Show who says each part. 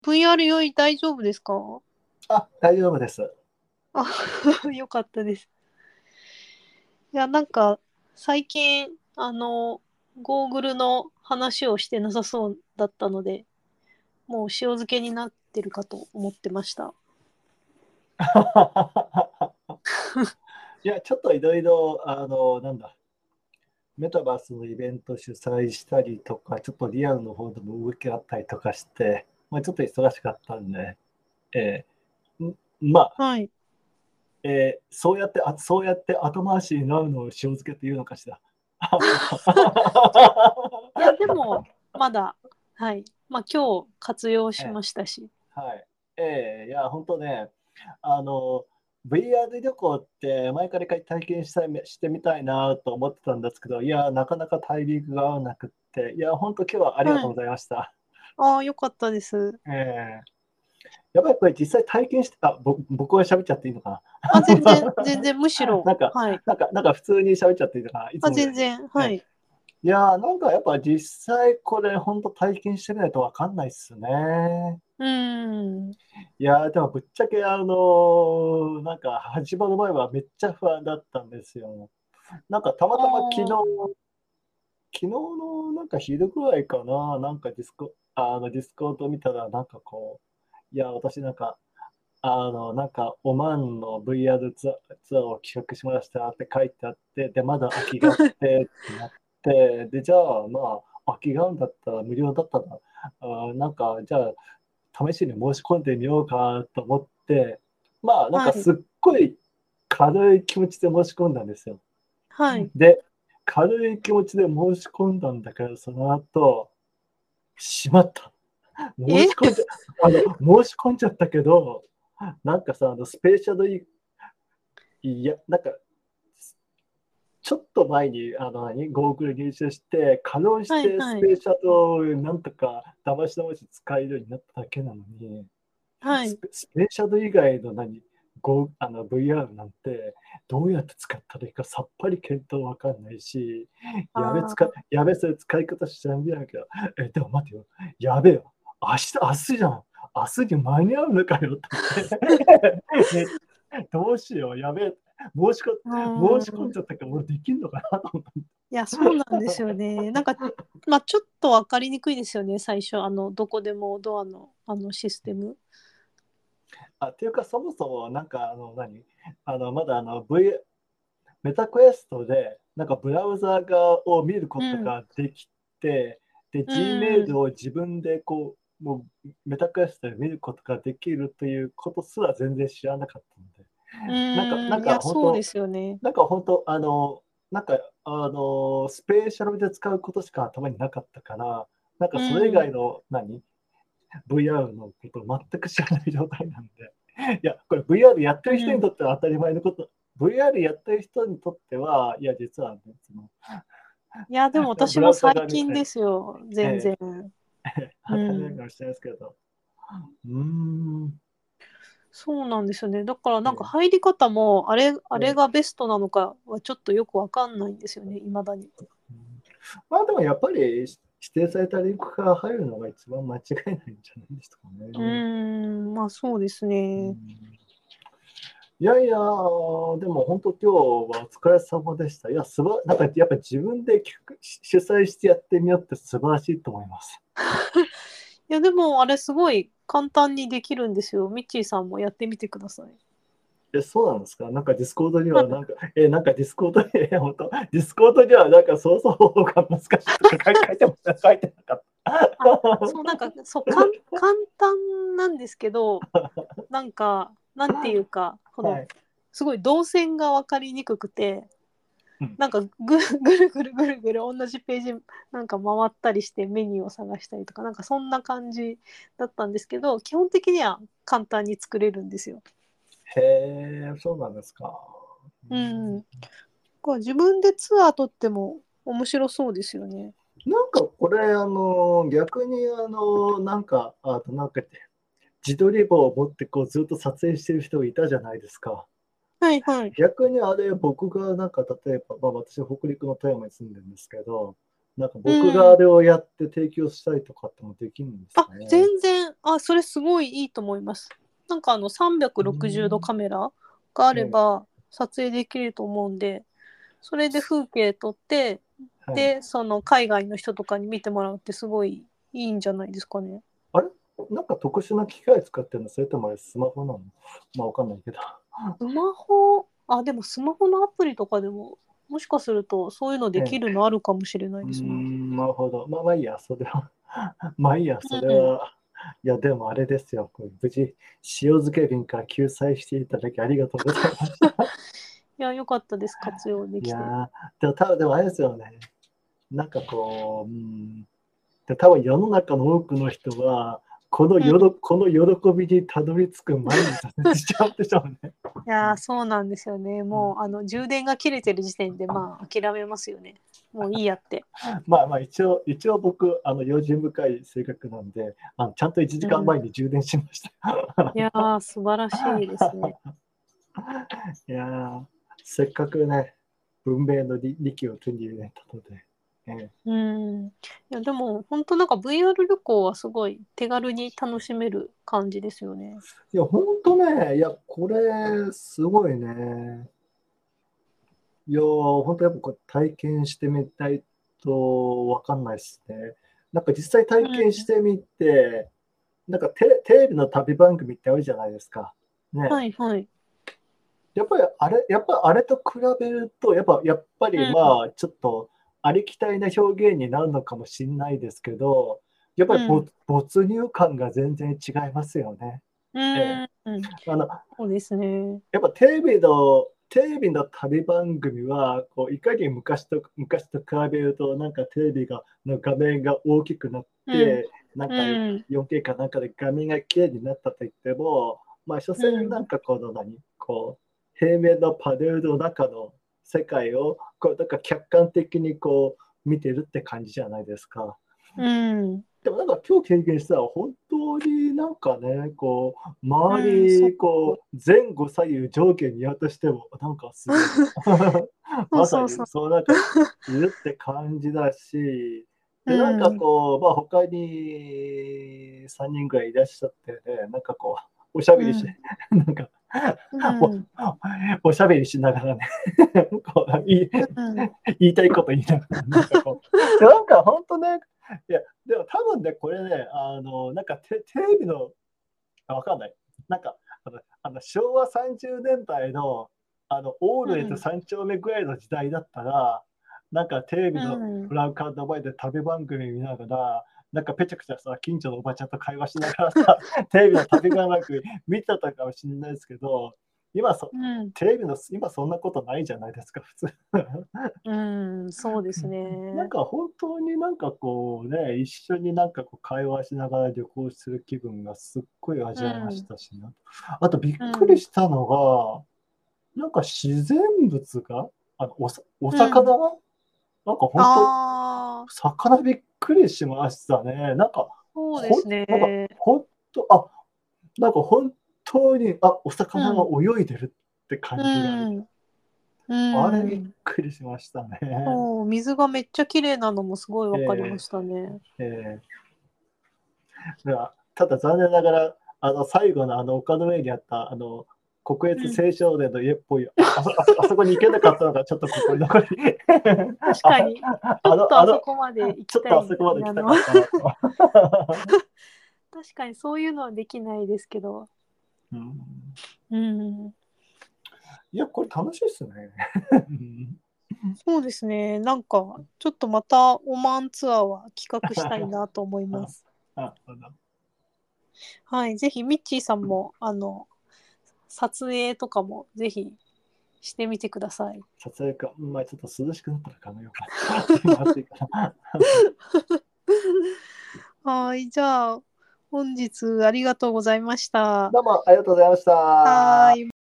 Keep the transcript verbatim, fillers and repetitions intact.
Speaker 1: ブイアール 用意大丈夫ですか？
Speaker 2: あ、大丈夫です。
Speaker 1: あ、よかったです。いや、なんか、最近、あの、ゴーグルの話をしてなさそうだったので、もう塩漬けになってるかと思ってました。
Speaker 2: いや、ちょっといろいろ、あの、なんだ、メタバースのイベント主催したりとか、ちょっとリアルの方でも動きあったりとかして、まあ、ちょっと忙しかったんで、えーんまあ、
Speaker 1: はい。い
Speaker 2: えーそうやって、あ、そうやって後回しになるのを塩漬けっていうのかしら。
Speaker 1: や、でも、まだ、はい。まあ、今日活用し
Speaker 2: え
Speaker 1: ましたし。
Speaker 2: ーはい。えーいや、本当ね、あの、ブイアール 旅行って前から一回体験したいしてみたいなと思ってたんですけど、いや、なかなかタイミングが合わなくって、いや、本当今日はありが
Speaker 1: はい。
Speaker 2: とうございました。
Speaker 1: ああ、よかったです。
Speaker 2: えー、やっぱりこれ実際体験して、あ、ぼ僕は喋っちゃっていいのか
Speaker 1: あ、全然、全
Speaker 2: な。
Speaker 1: 然、むしろ、
Speaker 2: なんか、
Speaker 1: はい。
Speaker 2: なんか、なんか普通に喋っちゃっていいのかな、いつ
Speaker 1: あ、
Speaker 2: もより。
Speaker 1: 全然、は
Speaker 2: え
Speaker 1: い。
Speaker 2: いやー、なんかやっぱ実際これ本当体験してみないとわかんないっすね。
Speaker 1: うーん。
Speaker 2: いやー、でもぶっちゃけあのーなんか始まる前はめっちゃ不安だったんですよ。なんかたま
Speaker 1: あ
Speaker 2: たま昨日、
Speaker 1: あ、
Speaker 2: 昨日のなんか昼ぐらいかな、なんかディスコ、あのディスコード見たらなんかこう、いや、私なんか、あの、なんかオマーンの ブイアール ツアー、ツアーを企画しましたって書いてあって、で、まだ空きがあってってなって、で、じゃあまあ、空きがあるんだったら無料だったら、あなんか、じゃあ試しに申し込んでみようかと思って、まあ、なん
Speaker 1: はい、
Speaker 2: かすっごい軽い気持ちで申し込んだんですよ。
Speaker 1: はい。
Speaker 2: で、軽い気持ちで申し込んだんだけど、その後、しまった。申
Speaker 1: え
Speaker 2: し込んじゃ、あの、申し込んじゃったけど、なんかさ、あの、スペーシャルい、いや、なんか、ちょっと前に、あの、何、ゴーグル入手して、可能し
Speaker 1: はい、
Speaker 2: てス
Speaker 1: はい、
Speaker 2: ペーシャルをなんとか、だましだまし使えるようになっただけなのに、
Speaker 1: はい。
Speaker 2: スペ、スペシャル以外の何、ゴあの ブイアール なんてどうやって使ったらいいかさっぱり見当わかんないし、やべ、使い、
Speaker 1: ああ、
Speaker 2: やべ、それ使い方知らんびやけど、え、でも待てよ、やべよ、明日、明日じゃん、明日に間に合うのかよと思って、ね、どうしよう、やべえ、申し
Speaker 1: う
Speaker 2: 込申し
Speaker 1: ーん。
Speaker 2: 込んじゃったから俺できんのかなと思って。
Speaker 1: いや、そうなんですよね。なんか、まあ、ちょっと分かりにくいですよね、最初、あの、どこでもドアの、あの、システム。
Speaker 2: あ、っていうか、そもそも、なんか、あの、何あの、まだあの、V、メタクエストで、なんかブラウザがを見るこ
Speaker 1: う
Speaker 2: と
Speaker 1: ん、
Speaker 2: ができて、で、
Speaker 1: うん、
Speaker 2: Gmail を自分でこう、もうメタクエストで見ることができるということすら全然知らなかったので、
Speaker 1: う
Speaker 2: なんか、な
Speaker 1: ーん、
Speaker 2: ん
Speaker 1: いや、そうで
Speaker 2: か本当、
Speaker 1: すよね。
Speaker 2: なんか本当、あの、なんか、あの、スペーシャルで使うことしか頭になかったから、なんか
Speaker 1: う
Speaker 2: それ以
Speaker 1: ん、
Speaker 2: 外の何 ブイアール のことを全く知らない状態なんで。いや、これ ブイアール やってる人に
Speaker 1: うん。
Speaker 2: とっては当たり前のこと。ブイアール やってる人にとっては、いや、実は、ね、その
Speaker 1: いや、でも私も
Speaker 2: ブラウザ
Speaker 1: 最近で
Speaker 2: が見え、
Speaker 1: すよ、全
Speaker 2: え
Speaker 1: 然。
Speaker 2: ー、
Speaker 1: う
Speaker 2: 当たり前
Speaker 1: ん。
Speaker 2: かもしれないですけど。うーん。
Speaker 1: そうなんですよね。だからなんか
Speaker 2: えー
Speaker 1: 入り方も、あれ、あれ
Speaker 2: え
Speaker 1: がベストなのかはちょっとよくわかんないんですよね、未だに。
Speaker 2: ーまあでもやっぱり指定されたリンクが入るのが一番間違いないんじゃないですか
Speaker 1: う
Speaker 2: ね。
Speaker 1: ーん、まあそうです
Speaker 2: う
Speaker 1: ね。
Speaker 2: んいやいや、でも本当今日はお疲れ様でした。いや、すば、なんかやっぱ自分で企画主催してやってみようって素晴らしいと思います。
Speaker 1: いや、でもあれすごい簡単にできるんですよ。ミッチーさんもやってみてください。
Speaker 2: え、そうなんですか？なんかディスコードに
Speaker 1: はい。
Speaker 2: はなんか、え、なんかディスコードに、え、本当ディスコードにはなんか操作方法が難しいとか書い書いても書いてなかっ
Speaker 1: あ、
Speaker 2: た。
Speaker 1: そう、なんか、そう、かん簡単なんですけど、なんか、なんていうか、この、
Speaker 2: はい。
Speaker 1: すごい動線が分かりにくくて、
Speaker 2: うん。
Speaker 1: なんかぐぐるぐるぐるぐる同じページなんか回ったりしてメニューを探したりとか、なんかそんな感じだったんですけど、基本的には簡単に作れるんですよ。
Speaker 2: へえ、そうなんですか。う
Speaker 1: うん。
Speaker 2: ん
Speaker 1: こう自分でツアー取っても面白そうですよね。
Speaker 2: なんかこれ、あの、逆に、あの、なんか、あとなんか、自撮り棒を持ってこうずっと撮影してる人がいたじゃないですか。
Speaker 1: はいはい。
Speaker 2: 逆にあれ、僕がなんか例えば、まあ、私は北陸の富山に住んでるんですけど、 なんか
Speaker 1: う
Speaker 2: 僕があ
Speaker 1: ん。
Speaker 2: れをやって提供したりとかってもできるんです
Speaker 1: あ、
Speaker 2: かね。
Speaker 1: 全然、あ、それすごいいいと思います。なんかあの
Speaker 2: うー
Speaker 1: さんびゃくろくじゅうど
Speaker 2: ん。
Speaker 1: カメラがあ
Speaker 2: ええ、
Speaker 1: れば撮影できると思うんで、それで風景撮って、
Speaker 2: はい。
Speaker 1: で、その海外の人とかに見てもらうってすごいいいんじゃないですかね。
Speaker 2: あれなんか特殊な機械使ってるのそれともあれスマホなのまあわかんないけど。
Speaker 1: スマホ、あ、でもスマホのアプリとかでも、もしかするとそういうのでき
Speaker 2: ええ。
Speaker 1: るのあるかもしれな
Speaker 2: うー
Speaker 1: いですね。
Speaker 2: ん、なるほど。まあまあいいや、それは。まあいいや、それ
Speaker 1: うん。
Speaker 2: は。いや、でもあれですよ。これ無事、塩漬け瓶から救済していただきありがとうございました。
Speaker 1: いや、良かったです。活用できて。
Speaker 2: いやー、でも多分でもあれですよね。なんかこう、うん、で多分世の中の多くの人は、この
Speaker 1: うん。
Speaker 2: よろこの喜びにたどり着く前に挫折しちゃうんでしょうね。
Speaker 1: いやー、そうなんですよね。
Speaker 2: うん、
Speaker 1: もう、あの、充電が切れてる時点で、まあ、諦めますよね。もういいやって。
Speaker 2: まあまあ一応、一応僕、あの用心深い性格なんで、あのちゃんと1
Speaker 1: うん。
Speaker 2: 時間前に充電しました。
Speaker 1: いやー、素晴らしいですね。
Speaker 2: いやー、せっかくね、文明の利利器を手に入れたので、ええ、
Speaker 1: うん。いや、でも、本当なんか ブイアール 旅行はすごい手軽に楽しめる感じですよね。
Speaker 2: いや、ほんとね、いや、これ、すごいね。いやー、ほんとやっぱこれ体験してみたいとわかんないですね。なんか実際体
Speaker 1: うん。
Speaker 2: 験してみて、なんかテテレビの旅番組ってあるじゃないですか。ね。
Speaker 1: はいはい。
Speaker 2: やっぱりあれ、やっぱあれと比べると、やっぱ、やっぱり
Speaker 1: うん。
Speaker 2: まあ、ちょっとありきたりな表現になるのかもしれないですけど、やっぱり没
Speaker 1: うん。
Speaker 2: 没入感が全然違いますよね。
Speaker 1: う
Speaker 2: ええ。
Speaker 1: ん。うん。
Speaker 2: あの、
Speaker 1: そうですね。
Speaker 2: やっぱテレビの、テレビの旅番組は、こういかに昔と昔と比べると、なんかテレビがの画面が大きくなっ
Speaker 1: うん。
Speaker 2: て、なんか
Speaker 1: うん。
Speaker 2: よんケー かなんかで画面が綺麗になったと言っても、まあ、所
Speaker 1: うん。
Speaker 2: 詮なんかこの何、こう、平面のパネルの中の世界を、こうなんか客観的にこう見てるって感じじゃないですか。
Speaker 1: うん。
Speaker 2: でもなんか今日経験したら本当になんかね、こう、周
Speaker 1: うん。そ
Speaker 2: り、こう、前後左右上下見渡しても、なんかすごいな。
Speaker 1: う。
Speaker 2: まさに
Speaker 1: そうそうそう。
Speaker 2: そうなんかいるって感じだし、
Speaker 1: う
Speaker 2: で、なんか
Speaker 1: ん。
Speaker 2: こう、まあ他にさんにんぐらいいらっしゃってね、なんかこう、おしゃべりして、
Speaker 1: うん。
Speaker 2: なんか、
Speaker 1: う
Speaker 2: お、
Speaker 1: ん。
Speaker 2: おしゃべりしながらね、こう言い、
Speaker 1: うん。
Speaker 2: 言いたいこと言いながら、なんかこう、でなんか本当ね、いや、でも多分ね、これね、あの、なんかテテレビの、あ、わかんない。なんか、あの、あの昭和さんじゅうねんだいの、あの、オールエイト
Speaker 1: うん。
Speaker 2: さん丁目ぐらいの時代だったら、なんかテレビ
Speaker 1: う
Speaker 2: の
Speaker 1: ん。
Speaker 2: プラカード前で旅番組見ながら、なんかぺちゃくちゃさ、近所のおばちゃんと会話しながらさ、テレビの旅番組見てたかもしれないですけど、今そ、
Speaker 1: うん。
Speaker 2: テレビの、今そんなことないじゃないですか、普通。
Speaker 1: うん。そうです
Speaker 2: なん
Speaker 1: ね。
Speaker 2: か本当になんかこうね、一緒になんかこう会話しながら旅行する気分がすっごい味わいまし
Speaker 1: うん。
Speaker 2: たしな。あとびっ
Speaker 1: う
Speaker 2: くり
Speaker 1: ん。
Speaker 2: したのが、なんか自然物が、あのおさお
Speaker 1: うん。
Speaker 2: 魚が、なんか本当に、
Speaker 1: ああ、
Speaker 2: 魚びっくりしましたね。なんか、ほん、
Speaker 1: そうです
Speaker 2: なんか
Speaker 1: ね。
Speaker 2: 本当、あ、なんか本当に、あ、お魚が
Speaker 1: うん。
Speaker 2: 泳いでるって
Speaker 1: う
Speaker 2: 感じが、
Speaker 1: ん。う
Speaker 2: あれびっ
Speaker 1: ん。
Speaker 2: くりしましたね。
Speaker 1: そう、水がめっちゃ綺麗なのもすごいわかりま
Speaker 2: え
Speaker 1: したね。
Speaker 2: ー、えーではただ残念ながら、あの最後のあの丘の上にあったあの国立
Speaker 1: うん。
Speaker 2: 青少年の家っぽい、ああそあそあそこに行けなかったのがちょっと心残り。あ
Speaker 1: 確かに、ちょっ
Speaker 2: あの、あの、
Speaker 1: とあそこまで行き
Speaker 2: ちょっとあそ
Speaker 1: たい。
Speaker 2: こまで行きた
Speaker 1: あの、
Speaker 2: かったなと。
Speaker 1: 確かにそういうのはできないですけど。
Speaker 2: うん、
Speaker 1: うん。
Speaker 2: いや、これ楽しいっすね。
Speaker 1: そうですね。なんか、ちょっとまたオマーンツアーは企画したいなと思いま
Speaker 2: あ
Speaker 1: す。
Speaker 2: ああの
Speaker 1: はい。ぜひ、ミッチーさんも、あの、撮影とかもぜひしてみてください。
Speaker 2: 撮影か、まあちょっと涼しくなったら考えようかな。今暑いから。
Speaker 1: はい。じゃあ、本日ありがとうございました。
Speaker 2: どうもありがとうございました。
Speaker 1: はーい。